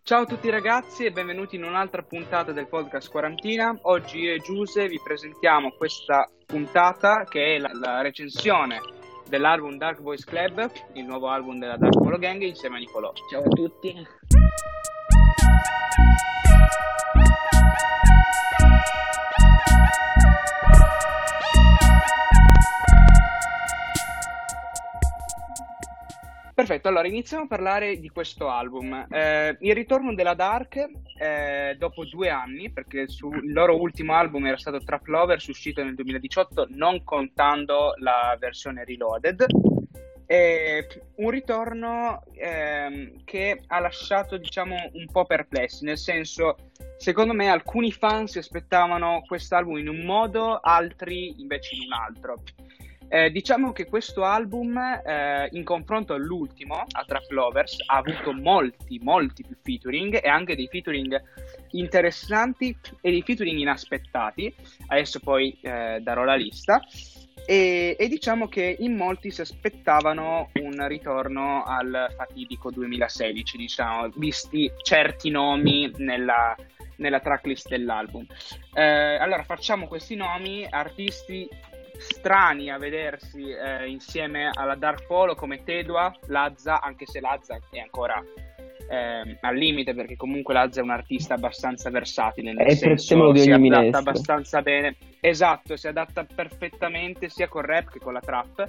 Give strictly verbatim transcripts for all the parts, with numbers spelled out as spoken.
Ciao a tutti ragazzi e benvenuti in un'altra puntata del podcast Quarantina. Oggi io e Giuse vi presentiamo questa puntata che è la, la recensione dell'album Dark Boys Club, il nuovo album della Dark Polo Gang insieme a Nicolò. Ciao a tutti. Perfetto, allora iniziamo a parlare di questo album. Eh, il ritorno della Dark eh, dopo due anni, perché su, il loro ultimo album era stato Trap Lovers, uscito nel duemiladiciotto, non contando la versione Reloaded. Eh, un ritorno eh, che ha lasciato, diciamo, un po' perplessi, nel senso, secondo me alcuni fan si aspettavano quest'album in un modo, altri invece in un altro. Eh, diciamo che questo album, eh, in confronto all'ultimo, a Trap Lovers, ha avuto molti, molti più featuring e anche dei featuring interessanti e dei featuring inaspettati. Adesso poi eh, darò la lista. E, e diciamo che in molti si aspettavano un ritorno al fatidico duemilasedici, diciamo, visti certi nomi nella, nella tracklist dell'album. Eh, allora facciamo questi nomi, artisti strani a vedersi eh, insieme alla Dark Polo come Tedua, Lazza, anche se Lazza è ancora eh, al limite, perché comunque Lazza è un artista abbastanza versatile, nel è senso di si ogni adatta minestra. abbastanza bene, esatto, si adatta perfettamente sia col rap che con la trap.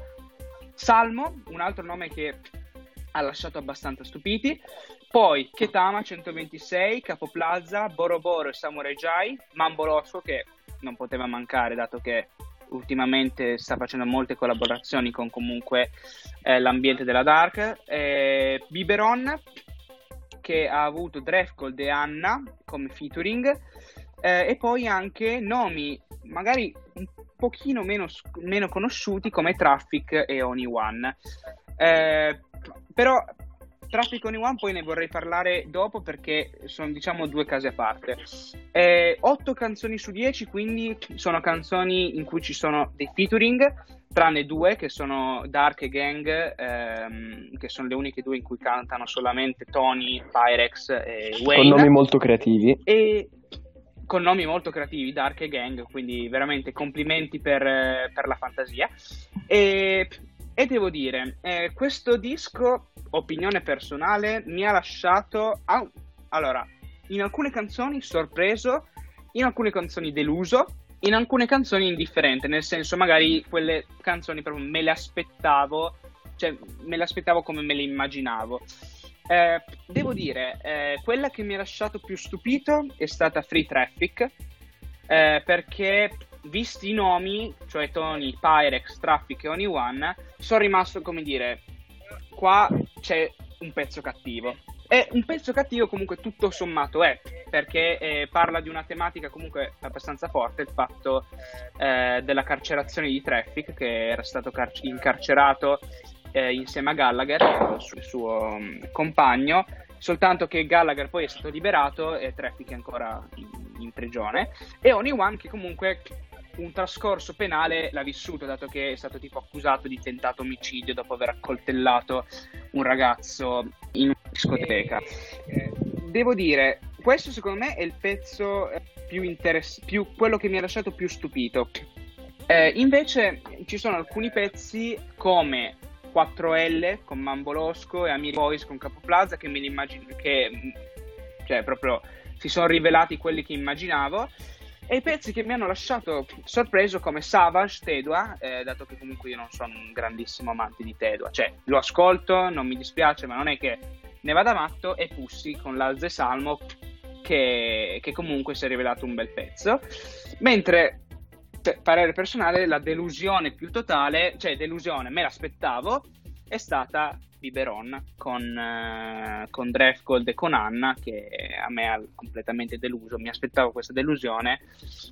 Salmo, un altro nome che ha lasciato abbastanza stupiti. Poi Ketama centoventisei, Capo Plaza, Boro Boro e Samurai Jai, Mambo Losco, che non poteva mancare dato che ultimamente sta facendo molte collaborazioni con comunque eh, l'ambiente della Dark, eh, Biberon, che ha avuto Drefcold e Anna come featuring, eh, e poi anche nomi magari un pochino meno, meno conosciuti come Traffic e Only One. Eh, però Traffic Only One poi ne vorrei parlare dopo, perché sono, diciamo, due casi a parte. Eh, otto canzoni su dieci, quindi sono canzoni in cui ci sono dei featuring, tranne due che sono Dark e Gang, ehm, che sono le uniche due in cui cantano solamente Tony, Pyrex e Wayne. Con nomi molto creativi. E con nomi molto creativi, Dark e Gang, quindi veramente complimenti per, per la fantasia. E, e devo dire, eh, questo disco, opinione personale, mi ha lasciato ah, allora in alcune canzoni sorpreso, in alcune canzoni deluso, in alcune canzoni indifferente, nel senso magari quelle canzoni proprio me le aspettavo, cioè me le aspettavo come me le immaginavo. Eh, devo dire, eh, quella che mi ha lasciato più stupito è stata Free Traffic, eh, perché visti i nomi, cioè Tony, Pyrex, Traffic e Only One, sono rimasto, come dire, qua c'è un pezzo cattivo. È un pezzo cattivo comunque tutto sommato è, perché eh, parla di una tematica comunque abbastanza forte, il fatto eh, della carcerazione di Traffic, che era stato car- incarcerato eh, insieme a Gallagher, il suo, il suo um, compagno, soltanto che Gallagher poi è stato liberato e Traffic è ancora in, in prigione, e Only One che comunque un trascorso penale l'ha vissuto, dato che è stato tipo accusato di tentato omicidio dopo aver accoltellato un ragazzo in una discoteca. Devo dire, questo secondo me è il pezzo più interess- più quello che mi ha lasciato più stupito. Eh, invece ci sono alcuni pezzi come quattro L con Mambo Losco e Amiri Boys con Capo Plaza che me li immagino, che cioè proprio si sono rivelati quelli che immaginavo. E i pezzi che mi hanno lasciato sorpreso come Savage, Tedua, eh, dato che comunque io non sono un grandissimo amante di Tedua, cioè lo ascolto, non mi dispiace, ma non è che ne vada matto, e Pussy con Lazza e Salmo, che, che comunque si è rivelato un bel pezzo. Mentre, per parere personale, la delusione più totale, cioè delusione, me l'aspettavo, è stata Biberon con, uh, con Drefcold e con Anna, che a me ha completamente deluso. Mi aspettavo questa delusione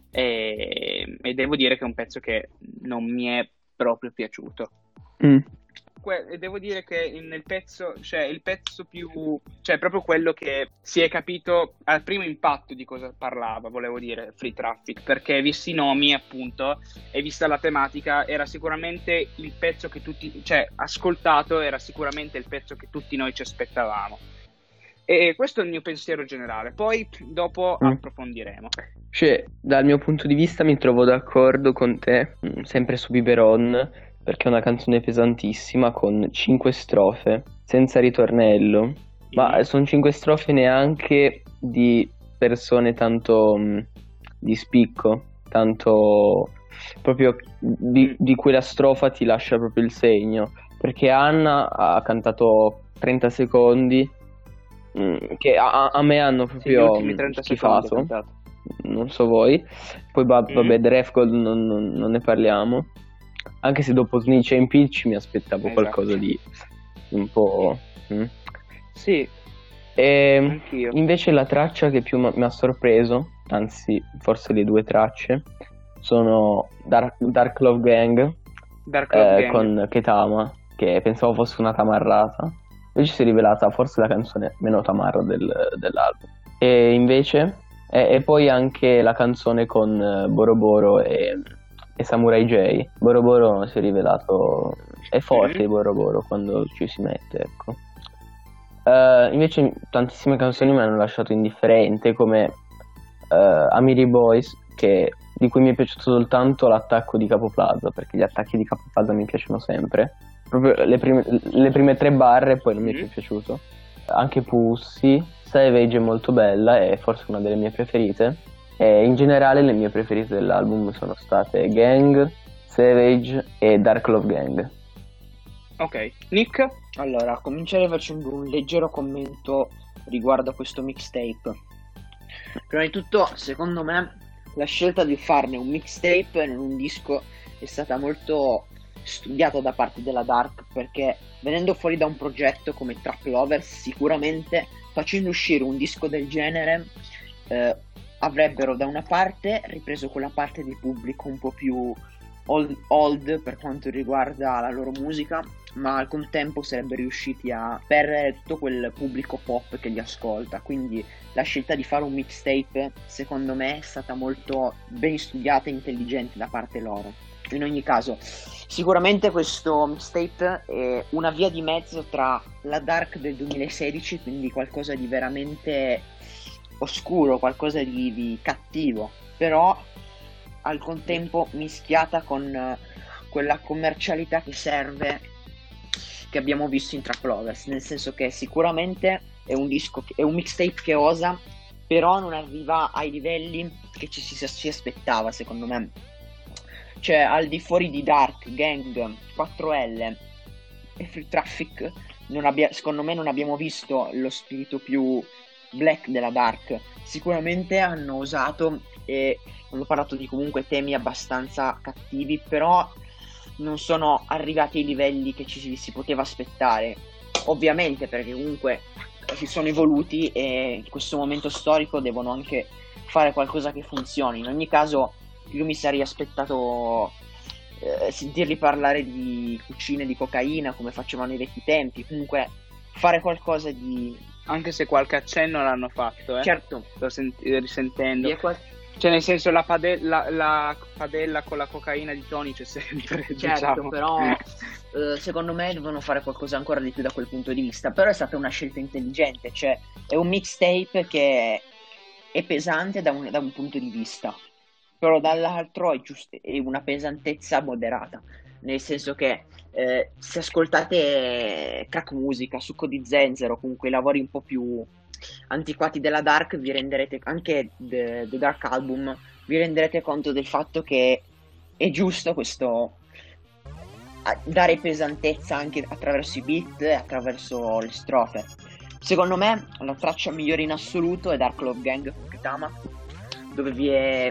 e, e devo dire che è un pezzo che non mi è proprio piaciuto. Mm. Que- devo dire che nel pezzo, cioè il pezzo più, cioè proprio quello che si è capito al primo impatto di cosa parlava, volevo dire, Free Traffic, perché visti i nomi appunto e vista la tematica era sicuramente il pezzo che tutti, cioè ascoltato era sicuramente il pezzo che tutti noi ci aspettavamo. E questo è il mio pensiero generale, poi dopo Mm. approfondiremo. Cioè, dal mio punto di vista mi trovo d'accordo con te, mm, sempre su Biberon, perché è una canzone pesantissima con cinque strofe, senza ritornello, ma Mhm. sono cinque strofe neanche di persone tanto mm, di spicco, tanto proprio di, Mm. di cui la strofa ti lascia proprio il segno, perché Anna ha cantato trenta secondi, mm, che a, a me hanno Sì, gli proprio ultimi mm, trenta secondi ho schifato, cantato. non so voi. Poi ba- Mhm. vabbè, Draft Gold non, non- non ne parliamo, anche se dopo Snitch and Peach mi aspettavo Esatto. qualcosa di un po'... mm. Sì, E anch'io. invece la traccia che più m- mi ha sorpreso, anzi forse le due tracce, sono Dark, Dark Love Gang, Dark Love eh, Gang. con Ketama, che pensavo fosse una tamarrata, invece si è rivelata forse la canzone meno tamarra del- dell'album. E invece, e, e poi anche la canzone con eh, Boro Boro e, e Samurai J. Boro Boro si è rivelato, è forte Mhm. Boro Boro quando ci si mette, ecco. Eh, invece tantissime canzoni mi hanno lasciato indifferente, come eh, Amiri Boys, che, di cui mi è piaciuto soltanto l'attacco di Capo Plaza, perché gli attacchi di Capo Plaza mi piacciono sempre. Proprio le prime, le prime tre barre, poi non mi è Mhm. più piaciuto. Anche Pussy, Savage è molto bella, è forse una delle mie preferite. E in generale le mie preferite dell'album sono state Gang, Savage e Dark Love Gang. Ok, Nick? Allora, comincerei facendo un leggero commento riguardo a questo mixtape. Prima di tutto, secondo me, la scelta di farne un mixtape e non un disco è stata molto studiata da parte della Dark, perché venendo fuori da un progetto come Trap Lovers, sicuramente facendo uscire un disco del genere eh, avrebbero da una parte ripreso quella parte di pubblico un po' più old, old per quanto riguarda la loro musica, ma al contempo sarebbero riusciti a perdere tutto quel pubblico pop che li ascolta. Quindi la scelta di fare un mixtape secondo me è stata molto ben studiata e intelligente da parte loro. In ogni caso, sicuramente questo mixtape è una via di mezzo tra la Dark del duemilasedici, quindi qualcosa di veramente oscuro, qualcosa di, di cattivo, però al contempo mischiata con eh, quella commercialità che serve, che abbiamo visto in Trap Lovers, nel senso che sicuramente è un disco, che- è un mixtape che osa, però non arriva ai livelli che ci si, si aspettava, secondo me. Cioè, al di fuori di Dark, Gang, quattro L e Free Traffic, non abbia- secondo me non abbiamo visto lo spirito più black della Dark. Sicuramente hanno osato e hanno parlato di comunque temi abbastanza cattivi, però non sono arrivati ai livelli che ci si, si poteva aspettare. Ovviamente perché comunque si sono evoluti e in questo momento storico devono anche fare qualcosa che funzioni. In ogni caso io mi sarei aspettato eh, sentirli parlare di cucine di cocaina come facevano ai vecchi tempi, comunque fare qualcosa di... Anche se qualche accenno l'hanno fatto, eh. Certo, Sto sent- risentendo. di qual- Cioè, nel senso, la, pade- la, la padella con la cocaina di Tony c'è sempre, certo, diciamo. però eh, secondo me devono fare qualcosa ancora di più da quel punto di vista. Però è stata una scelta intelligente, cioè è un mixtape che è pesante da un, da un punto di vista, però dall'altro è, giust- è una pesantezza moderata, nel senso che eh, se ascoltate crack musica, succo di zenzero, comunque i lavori un po' più antiquati della Dark, vi renderete anche The, The Dark Album, vi renderete conto del fatto che è giusto questo a- dare pesantezza anche attraverso i beat e attraverso le strofe. Secondo me la traccia migliore in assoluto è Dark Love Gang con Kitama, dove vi è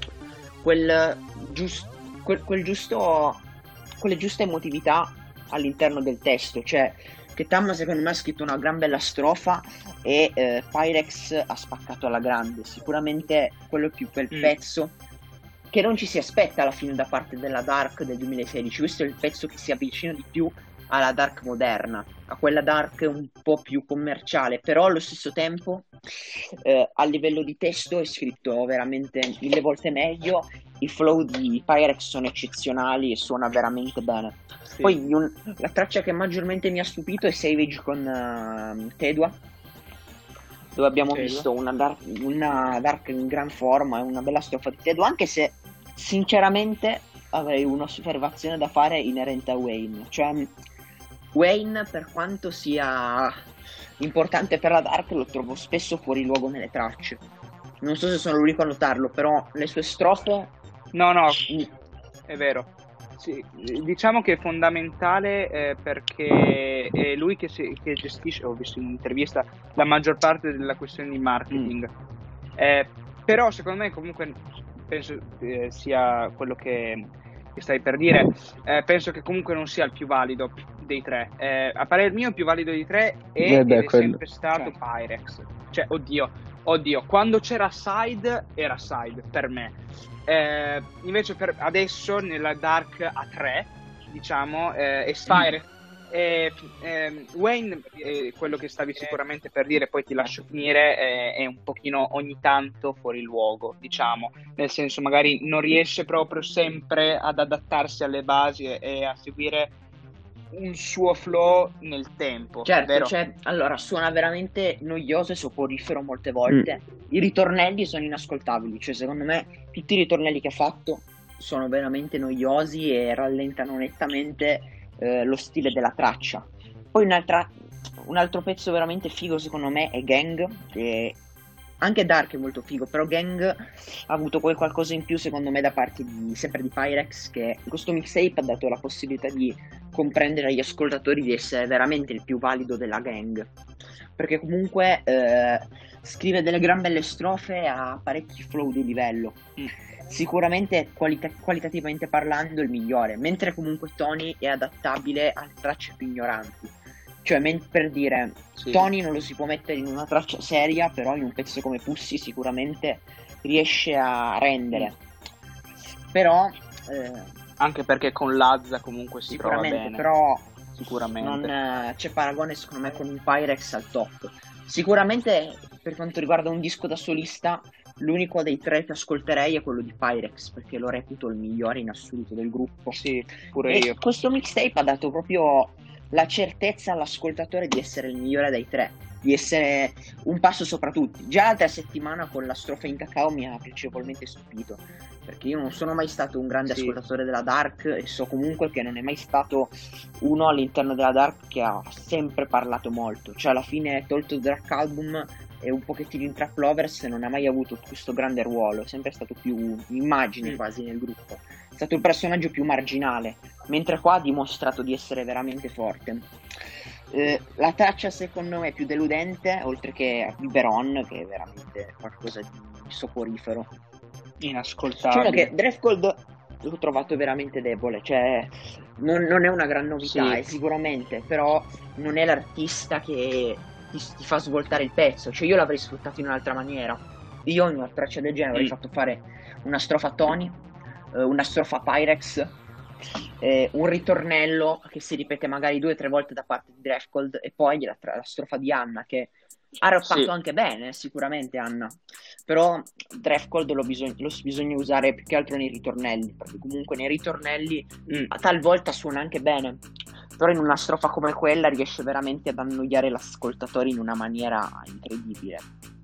quel, gius- quel, quel giusto quelle giuste emotività all'interno del testo, cioè che Tamma secondo me ha scritto una gran bella strofa e eh, Pyrex ha spaccato alla grande, sicuramente quello più quel Mm. pezzo che non ci si aspetta alla fine da parte della Dark del duemilasedici. Questo è il pezzo che si avvicina di più alla Dark moderna, a quella Dark un po' più commerciale, però allo stesso tempo eh, a livello di testo è scritto veramente mille volte meglio. I flow di Pyrex sono eccezionali e suona veramente bene. Sì. Poi un- la traccia che maggiormente mi ha stupito è Savage con uh, Tedua, dove abbiamo Credo. visto una Dark, una Dark in gran forma e una bella strofa di Tedo, anche se sinceramente avrei un'osservazione da fare inerente a Wayne. Cioè, Wayne, per quanto sia importante per la Dark, lo trovo spesso fuori luogo nelle tracce. Non so se sono l'unico a notarlo, però le sue strofe... No, no, Mm. è vero. Sì, diciamo che è fondamentale eh, perché è lui che, si- che gestisce, ho visto in un'intervista, la maggior parte della questione di marketing. Eh, però secondo me comunque penso eh, sia quello che, che stai per dire. Eh, penso che comunque non sia il più valido dei tre. Eh, a parere mio il più valido dei tre è, Eh beh, ed è quello. sempre stato Cioè. Pyrex. Cioè, oddio, oddio, quando c'era Side era Side per me. Eh, invece per adesso nella Dark a tre, diciamo, eh, è Spire. Eh, ehm, Wayne, eh, quello che stavi sicuramente per dire, poi ti lascio finire, eh, è un pochino ogni tanto fuori luogo, diciamo, nel senso magari non riesce proprio sempre ad adattarsi alle basi e, e a seguire un suo flow nel tempo, Certo, vero? cioè, allora suona veramente noioso e soporifero molte volte. I ritornelli sono inascoltabili, cioè secondo me tutti i ritornelli che ha fatto sono veramente noiosi e rallentano nettamente eh, lo stile della traccia. Poi un'altra, un altro pezzo veramente figo secondo me è Gang, che anche Dark è molto figo, però Gang ha avuto quel qualcosa in più secondo me da parte di, sempre di Pyrex, che questo mixtape ha dato la possibilità di comprendere agli ascoltatori di essere veramente il più valido della gang, perché comunque eh, scrive delle gran belle strofe a parecchi flow di livello, sicuramente qualita- qualitativamente parlando il migliore, mentre comunque Tony è adattabile alle tracce più ignoranti. Cioè, men- per dire, Sì. Tony non lo si può mettere in una traccia seria, però in un pezzo come Pussy sicuramente riesce a rendere. Però eh, Anche perché con Lazza comunque si trova sicuramente, bene, però sicuramente. non eh, c'è paragone secondo me con un Pyrex al top. Sicuramente per quanto riguarda un disco da solista, l'unico dei tre che ascolterei è quello di Pyrex, perché lo reputo il migliore in assoluto del gruppo. Sì, pure E io. questo mixtape ha dato proprio la certezza all'ascoltatore di essere il migliore dei tre, di essere un passo sopra tutti. Già l'altra settimana con la strofa in cacao mi ha piacevolmente stupito, perché io non sono mai stato un grande Sì. ascoltatore della Dark e so comunque che non è mai stato uno all'interno della Dark che ha sempre parlato molto. Cioè alla fine tolto il Dark Album e un pochettino in Trap Lovers non ha mai avuto questo grande ruolo, è sempre stato più immagine Mm. quasi nel gruppo, è stato il personaggio più marginale, mentre qua ha dimostrato di essere veramente forte. Eh, la traccia secondo me più deludente, oltre che a Biberon, che è veramente qualcosa di soporifero, Inascoltabile. diciamo che Drefgold l'ho trovato veramente debole, cioè non, non è una gran novità, Sì. eh, sicuramente, però non è l'artista che ti, ti fa svoltare il pezzo, cioè io l'avrei sfruttato in un'altra maniera. Io in una traccia del genere avrei Mm. fatto fare una strofa a Tony, eh, una strofa a Pyrex, eh, un ritornello che si ripete magari due o tre volte da parte di Drefgold e poi la, tra- la strofa di Anna che ha rappato Sì. anche bene, sicuramente Anna, però Drefgold lo, bisog- lo s- bisogna usare più che altro nei ritornelli, perché comunque nei ritornelli Mm. talvolta suona anche bene, però in una strofa come quella riesce veramente ad annoiare l'ascoltatore in una maniera incredibile.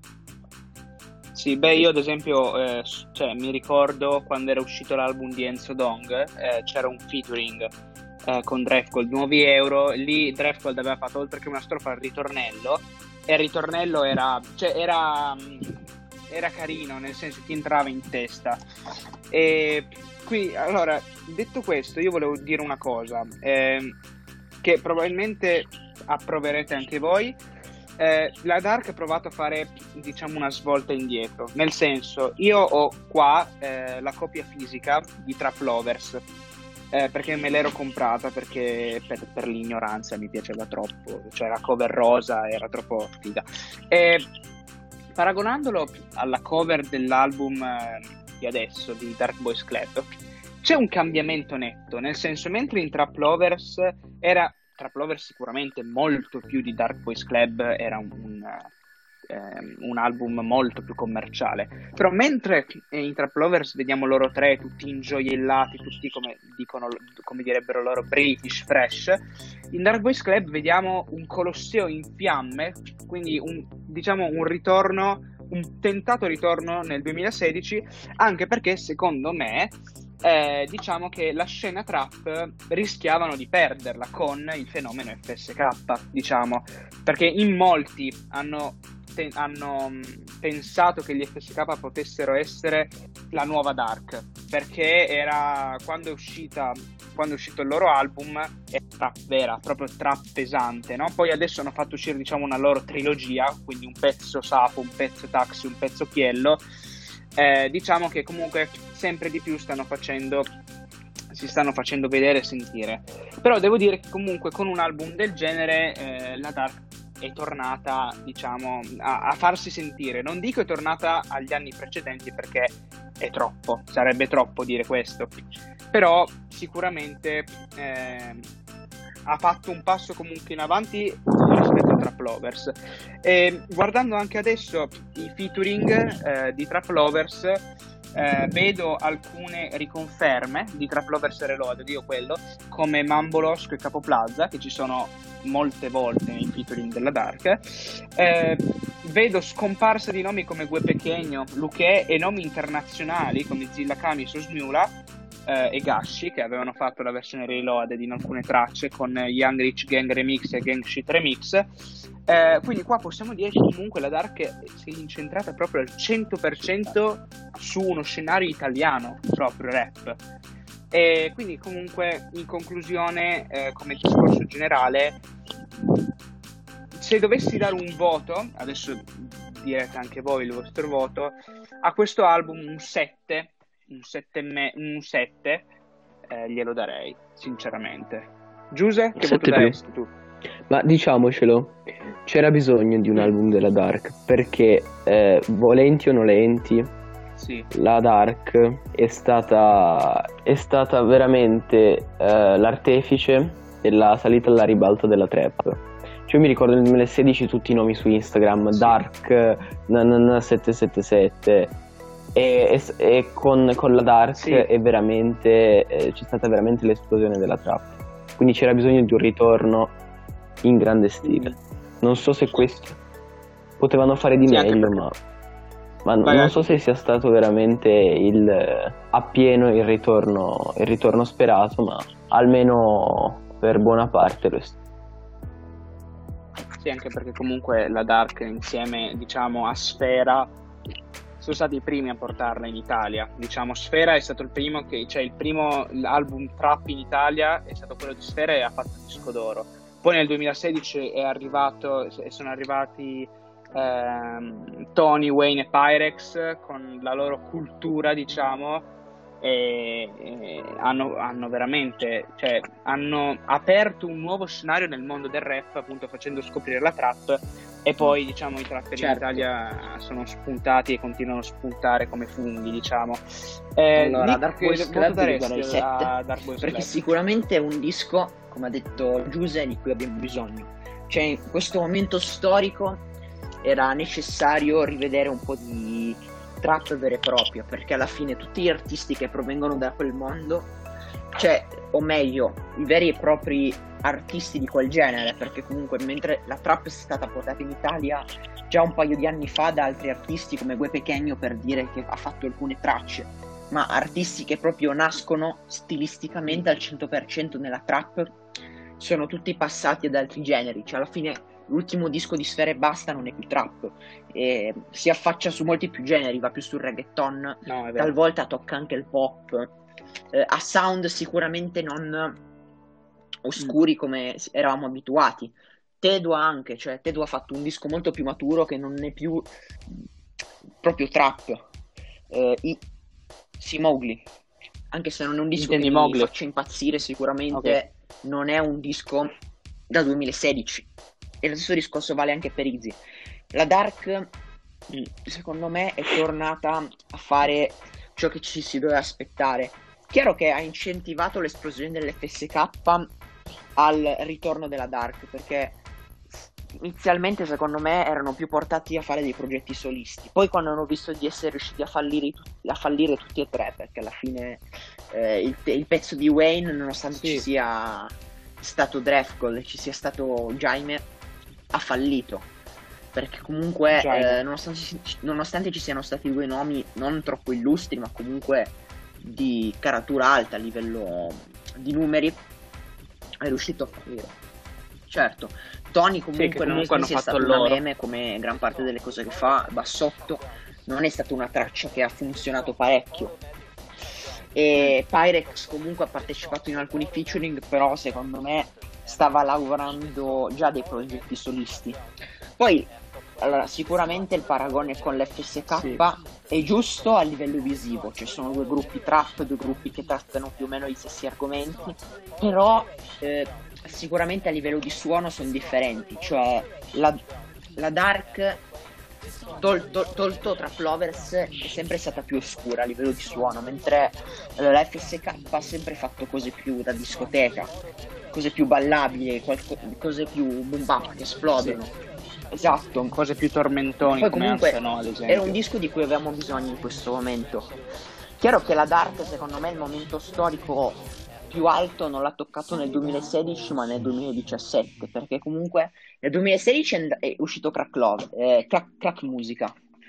Sì, beh, io ad esempio, eh, s- cioè, mi ricordo quando era uscito l'album di Enzo Dong, eh, c'era un featuring eh, con Drefgold, Nuovi Euro, lì Drefgold aveva fatto oltre che una strofa al ritornello, e il ritornello era, cioè, era, mh, era carino, nel senso ti entrava in testa. E qui, allora, detto questo, io volevo dire una cosa, ehm, che probabilmente approverete anche voi. Eh, la Dark ha provato a fare, diciamo, una svolta indietro, nel senso, io ho qua eh, la copia fisica di Trap Lovers, eh, perché me l'ero comprata perché per, per l'ignoranza mi piaceva troppo, cioè la cover rosa era troppo figa. E paragonandolo alla cover dell'album eh, di adesso di Dark Boys Club, c'è un cambiamento netto, nel senso, mentre in Trap Lovers era Trap Lovers sicuramente molto più di Dark Boys Club, era un, un, ehm, un album molto più commerciale. Però mentre in Trap Lovers vediamo loro tre tutti ingioiellati, tutti come dicono, come direbbero loro, British, fresh, in Dark Boys Club vediamo un Colosseo in fiamme, quindi un, diciamo un ritorno, un tentato ritorno nel duemilasedici, anche perché secondo me eh, diciamo che la scena trap rischiavano di perderla con il fenomeno F S K, diciamo, perché in molti hanno, te- hanno mh, pensato che gli F S K potessero essere la nuova Dark, perché era quando è uscita quando è uscito il loro album era trap vera, proprio trap pesante, no? Poi adesso hanno fatto uscire, diciamo, una loro trilogia, quindi un pezzo Sapo, un pezzo Taxi, un pezzo Chiello. Eh, diciamo che comunque sempre di più stanno facendo si stanno facendo vedere e sentire. Però devo dire che comunque con un album del genere eh, la Dark è tornata, diciamo, a, a farsi sentire. Non dico è tornata agli anni precedenti, perché è troppo, sarebbe troppo dire questo, però sicuramente eh, ha fatto un passo comunque in avanti rispetto a Trap Lovers. E guardando anche adesso i featuring eh, di Trap Lovers, eh, vedo alcune riconferme di Trap Lovers e Reloaded, io quello, come Mambolosco e Capo Plaza, che ci sono molte volte nei featuring della Dark. Eh, vedo scomparsa di nomi come Gue Pequeño, Luque, e nomi internazionali come Zilla Kami e Sosmiula eh, e Gashi, che avevano fatto la versione Reloaded in alcune tracce con Young Rich Gang Remix e Gang Shit Remix. Eh, quindi qua possiamo dire che comunque la Dark si è incentrata proprio al cento per cento su uno scenario italiano, proprio rap. E quindi comunque in conclusione, eh, come discorso generale, se dovessi dare un voto, adesso direte anche voi il vostro voto, a questo album un sette, un sette, me- un sette eh, glielo darei, sinceramente. Giuse, che voto daresti tu? Ma diciamocelo, c'era bisogno di un album della Dark, perché eh, volenti o nolenti, sì, la Dark è stata è stata veramente eh, l'artefice della salita alla ribalta della trap. Cioè, io mi ricordo nel duemilasedici tutti i nomi su Instagram, sì. Dark nanana sette sette sette, e, e, e con, con la Dark sì. è veramente eh, c'è stata veramente l'esplosione della trap, quindi c'era bisogno di un ritorno in grande stile. Non so se questo potevano fare di sì, meglio, ma ma Magari. non so se sia stato veramente il appieno il ritorno il ritorno sperato, ma almeno per buona parte lo è stato. Sì, anche perché comunque la Dark insieme, diciamo, a Sfera sono stati i primi a portarla in Italia. Diciamo, Sfera è stato il primo che, cioè il primo album trap in Italia è stato quello di Sfera e ha fatto il disco d'oro. Poi nel duemilasedici è arrivato sono arrivati ehm, Tony, Wayne e Pyrex con la loro cultura, diciamo, e, e hanno, hanno veramente, cioè, hanno aperto un nuovo scenario nel mondo del rap, appunto facendo scoprire la trap, e poi, diciamo, i trapper certo. in Italia sono spuntati e continuano a spuntare come funghi, diciamo. Eh, allora, Nick, Dark Boys Club darei sette, Dark Boys perché Club. Sicuramente è un disco, come ha detto Giuse, di cui abbiamo bisogno. Cioè, in questo momento storico era necessario rivedere un po' di trap vera e propria, perché alla fine tutti gli artisti che provengono da quel mondo, cioè, o meglio, i veri e propri artisti di quel genere, perché comunque mentre la trap è stata portata in Italia già un paio di anni fa da altri artisti come Gue Pequeño, per dire, che ha fatto alcune tracce, ma artisti che proprio nascono stilisticamente al cento per cento nella trap sono tutti passati ad altri generi. Cioè, alla fine l'ultimo disco di Sfera Ebbasta non è più trap, e si affaccia su molti più generi, va più sul reggaeton, no, talvolta tocca anche il pop, eh, ha sound sicuramente non oscuri come eravamo abituati. Tedo anche, cioè Tedo ha fatto un disco molto più maturo che non è più proprio trap. eh, i, sì, Mowgli, anche se non è un disco Intendi che Mowgli. mi faccia impazzire, sicuramente okay. Non è un disco da duemilasedici, e lo stesso discorso vale anche per Izzy. La Dark, secondo me, è tornata a fare ciò che ci si doveva aspettare. Chiaro che ha incentivato l'esplosione dell'F S K al ritorno della Dark, perché inizialmente secondo me erano più portati a fare dei progetti solisti, poi quando hanno visto di essere riusciti a fallire, a fallire tutti e tre, perché alla fine eh, il, il pezzo di Wayne, nonostante Sì. ci sia stato Drefgold e ci sia stato Jaime, ha fallito, perché comunque Jaime. eh, nonostante, ci- nonostante ci siano stati due nomi non troppo illustri, ma comunque di caratura alta a livello di numeri, è riuscito a fallire. Certo, Tony comunque, che comunque nonostante hanno sia fatto stato una loro. meme come gran parte delle cose che fa, bassotto, non è stata una traccia che ha funzionato parecchio. E Pyrex comunque ha partecipato in alcuni featuring, però secondo me stava lavorando già dei progetti solisti. Poi, allora, sicuramente il paragone con l'F S K Sì. è giusto a livello visivo, ci sono due gruppi trap, due gruppi che trattano più o meno gli stessi argomenti, però eh, sicuramente a livello di suono sono differenti, cioè la, la Dark tol- tol- tolto Trap Lovers è sempre stata più oscura a livello di suono, mentre eh, la F S K ha sempre fatto cose più da discoteca, cose più ballabili, qualco- cose più boom bap che esplodono. Esatto. Cose più tormentoni Poi come comunque Ansano, ad esempio. era un disco di cui avevamo bisogno in questo momento. Chiaro che la Dark secondo me il momento storico più alto non l'ha toccato nel duemilasedici ma nel duemiladiciassette, perché comunque nel duemilasedici è, and- è uscito Crack Love, eh, Crack, Crack Musica.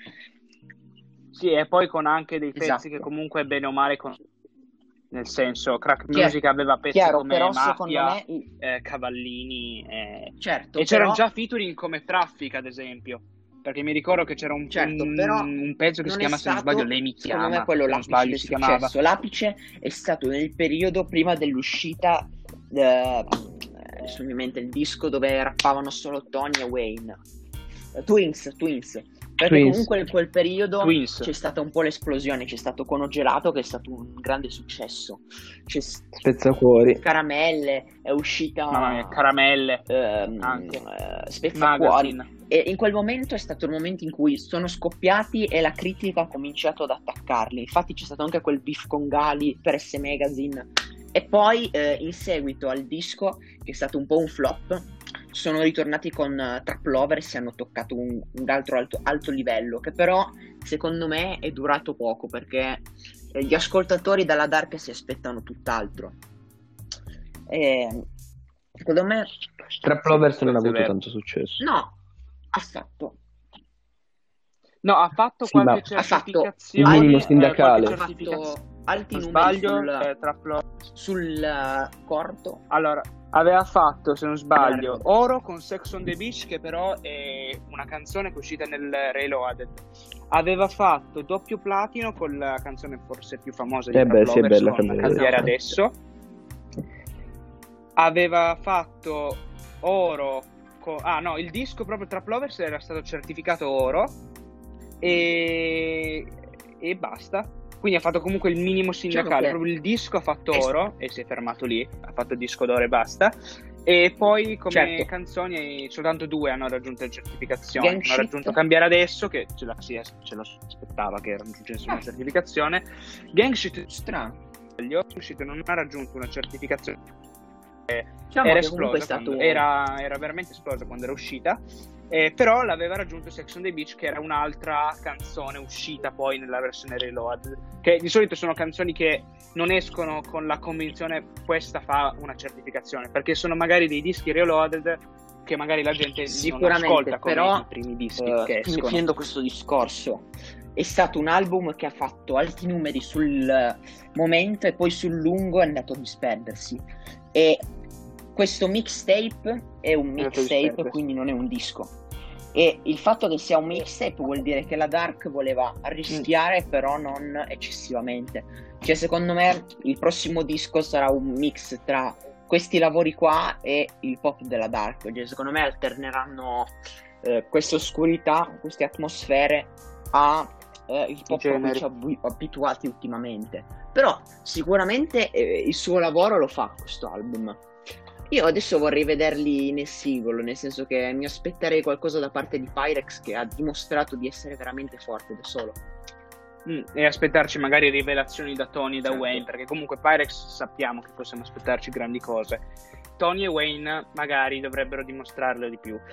Sì, e poi con anche dei pezzi Esatto. che comunque bene o male con... nel senso Crack Chiaro- Music aveva pezzi chiaro, come però secondo Mafia, me il- eh, Cavallini eh, certo, e c'erano però- già featuring come Traffic ad esempio, perché mi ricordo che c'era un, Certo, un, però un pezzo che si non chiama è se non stato, sbaglio Lei mi secondo chiama, me quello se non l'apice sbaglio del si chiamava. successo. L'apice è stato nel periodo prima dell'uscita eh, adesso mi mente il disco dove rappavano solo Tony e Wayne. Eh, Twins, Twins. Perché Twins. comunque in quel periodo Twins. c'è stata un po' l'esplosione, c'è stato Cono Gelato che è stato un grande successo. C'è s- Spezzacuori. Caramelle, è uscita Mamma mia, Caramelle ehm, anche. eh, Spezzacuori. Magazine. E in quel momento è stato il momento in cui sono scoppiati e la critica ha cominciato ad attaccarli. Infatti c'è stato anche quel beef con Gali per S Magazine. E poi eh, in seguito al disco, che è stato un po' un flop, sono ritornati con uh, Trap Lovers e hanno toccato un, un altro alto, alto livello, che però secondo me è durato poco, perché eh, gli ascoltatori dalla Dark si aspettano tutt'altro. E, secondo me Trap Lovers non ha Questo è avuto vero. tanto successo. no, affatto. No, ha fatto Sì, qualche ma ha fatto certificazione, il minimo eh, sindacale. qualche Ha certificazione. fatto alti Non numeri sbaglio, sul, eh, Trap Lovers. sul uh, corto. Allora, aveva fatto, se non sbaglio, Guarda. Oro con Sex on the Beach, che però è una canzone che è uscita nel Reloaded. Aveva fatto doppio platino con la canzone forse più famosa di Eh Trap beh, sì, è Lovers, bella con canzone. Cambiare Adesso. Aveva fatto Oro con... Ah no, il disco proprio Trap Lovers era stato certificato Oro e... e basta. Quindi ha fatto comunque il minimo sindacale, Diciamo che- proprio il disco ha fatto è- Oro e si è fermato lì, ha fatto il disco d'oro e basta. E poi come Certo. canzoni soltanto due hanno raggiunto le certificazioni. Gang Hanno Shit. raggiunto Cambiare Adesso, che ce, la, si, ce lo aspettava che raggiungesse una Ah. certificazione. Gang Shit Strano. Gang Shit non ha raggiunto una certificazione. Diciamo Era che comunque è esplosa, stato quando- era, era veramente esplosa quando era uscita. Eh, però l'aveva raggiunto Sex on the Beach, che era un'altra canzone uscita poi nella versione Reload, che di solito sono canzoni che non escono con la convinzione questa fa una certificazione, perché sono magari dei dischi Reloaded che magari la gente non Sicuramente, ascolta come però, i primi dischi Eh, che fin- escono. finendo questo discorso, è stato un album che ha fatto alti numeri sul eh, momento e poi sul lungo è andato a disperdersi. E questo mixtape è un andato a mixtape, disperdersi. quindi non è un disco. E il fatto che sia un mixtape vuol dire che la Dark voleva rischiare, Mm. però non eccessivamente. Cioè, secondo me, il prossimo disco sarà un mix tra questi lavori qua e il pop della Dark. Cioè, secondo me alterneranno eh, questa oscurità, queste atmosfere a eh, il pop a cui generi. ci ha abu- abituati ultimamente. Però sicuramente eh, il suo lavoro lo fa questo album. Io adesso vorrei vederli nel singolo, nel senso che mi aspetterei qualcosa da parte di Pyrex, che ha dimostrato di essere veramente forte da solo. Mm, e aspettarci magari rivelazioni da Tony e da Certo. Wayne, perché comunque Pyrex sappiamo che possiamo aspettarci grandi cose. Tony e Wayne magari dovrebbero dimostrarlo di più.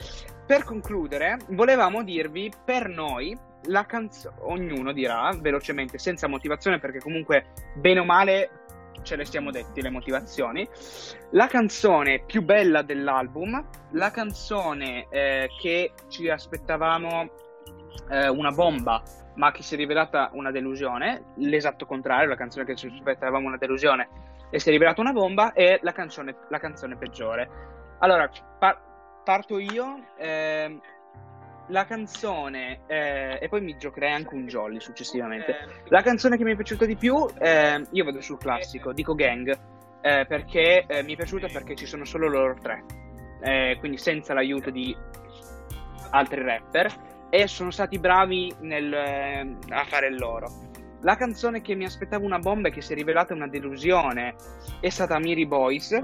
per concludere, volevamo dirvi per noi la canzone, ognuno dirà velocemente, senza motivazione, perché comunque bene o male ce le siamo detti le motivazioni, la canzone più bella dell'album, la canzone eh, che ci aspettavamo eh, una bomba ma che si è rivelata una delusione, l'esatto contrario, la canzone che ci aspettavamo una delusione e si è rivelata una bomba, e la canzone, la canzone peggiore. Allora, par- parto io. Eh, la canzone, eh, e poi mi giocherei anche un jolly successivamente. La canzone che mi è piaciuta di più, eh, io vado sul classico, dico Gang, eh, perché eh, mi è piaciuta perché ci sono solo loro tre, eh, quindi senza l'aiuto di altri rapper, e sono stati bravi nel, eh, a fare il loro. La canzone che mi aspettavo una bomba e che si è rivelata una delusione è stata Miri Boys.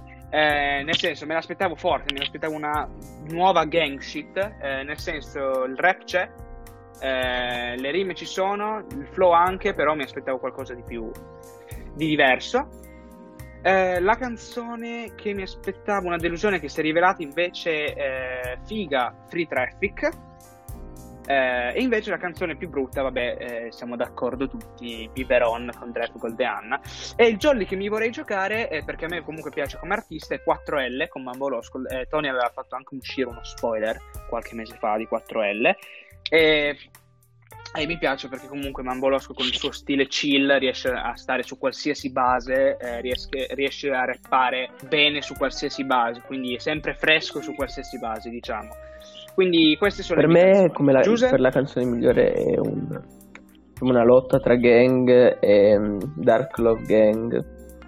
Eh, nel senso, me l'aspettavo forte, me l'aspettavo una nuova gang shit, eh, nel senso, il rap c'è, eh, le rime ci sono, il flow anche, però mi aspettavo qualcosa di più di diverso. Eh, la canzone che mi aspettavo una delusione che si è rivelata invece eh, figa, Free Traffic. Eh, e invece la canzone più brutta, vabbè, eh, siamo d'accordo tutti, Biberon con Drake Gold e Anna. E il jolly che mi vorrei giocare, eh, perché a me comunque piace come artista, è quattro L con Mambo Losco. eh, Tony aveva fatto anche uscire uno spoiler qualche mese fa di quattro L, e, e mi piace perché comunque Mambo Losco con il suo stile chill riesce a stare su qualsiasi base, eh, riesce, riesce a rappare bene su qualsiasi base, quindi è sempre fresco su qualsiasi base, diciamo. Quindi queste sono per le me canzoni. come la, per la canzone migliore è un, una lotta tra gang e um, Dark Love Gang,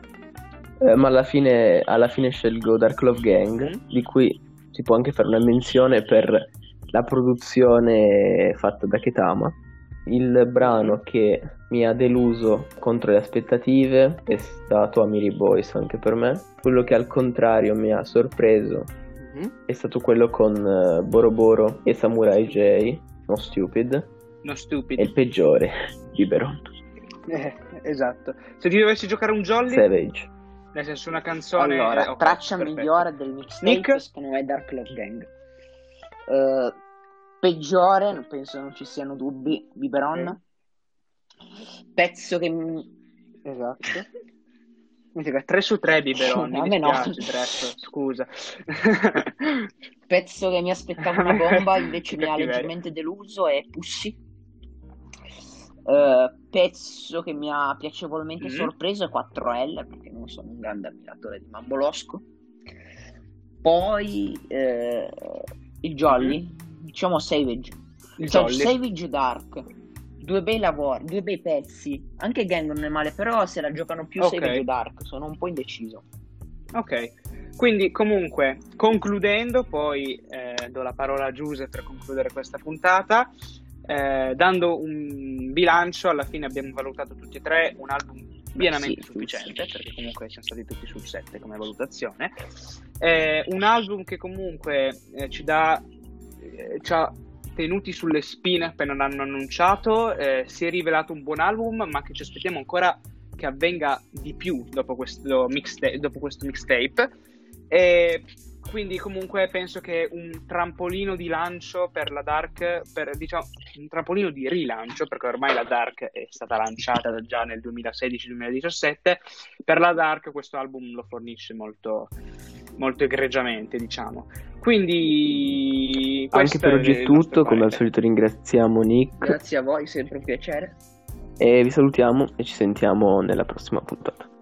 eh, ma alla fine, alla fine scelgo Dark Love Gang, mm. di cui si può anche fare una menzione per la produzione fatta da Ketama. Il brano che mi ha deluso contro le aspettative è stato Amiri Boys, anche per me. Quello che al contrario mi ha sorpreso è stato quello con uh, Boro Boro e Samurai J, No Stupid. No Stupid. È il peggiore, Biberon. Eh, esatto. Se ti dovessi giocare un jolly, Savage. Nel senso, una canzone. Allora, eh, okay, traccia perfetto. migliore del mixtape Nick? secondo me è Dark Love Gang. Uh, peggiore, non penso non ci siano dubbi, Biberon. Mm. Pezzo che mi... Esatto. tre su tre Biberon, mi me dispiace, no. Dresso, scusa. Pezzo che mi aspettavo una bomba, invece mi ha Cattiveria. leggermente deluso, è Pussy. Uh, pezzo che mi ha piacevolmente Mm-hmm. sorpreso è quattro L, perché non sono un grande ammiratore di Mambo Losco. Poi eh, il Jolly, Mm-hmm. diciamo Savage. Il Cioè, jolly. Savage Dark, due bei lavori, due bei pezzi. Anche Gang non è male, però se la giocano più Ok. Savage Dark, sono un po' indeciso. Ok, quindi comunque concludendo, poi eh, do la parola a Giuse per concludere questa puntata, eh, dando un bilancio. Alla fine abbiamo valutato tutti e tre un album pienamente Sì, sufficiente, perché comunque siamo stati tutti sul sette come valutazione, eh, un album che comunque eh, ci dà eh, ci ha tenuti sulle spine appena l'hanno annunciato, eh, si è rivelato un buon album, ma che ci aspettiamo ancora che avvenga di più dopo questo mixtape, dopo questo mixtape. E quindi comunque penso che un trampolino di lancio per la Dark, per, diciamo un trampolino di rilancio, perché ormai la Dark è stata lanciata già nel duemilasedici duemiladiciassette, per la Dark questo album lo fornisce molto, molto egregiamente, diciamo. Quindi Anche per oggi è tutto, come al parere. solito ringraziamo Nick Grazie a voi, sempre un piacere. e vi salutiamo e ci sentiamo nella prossima puntata.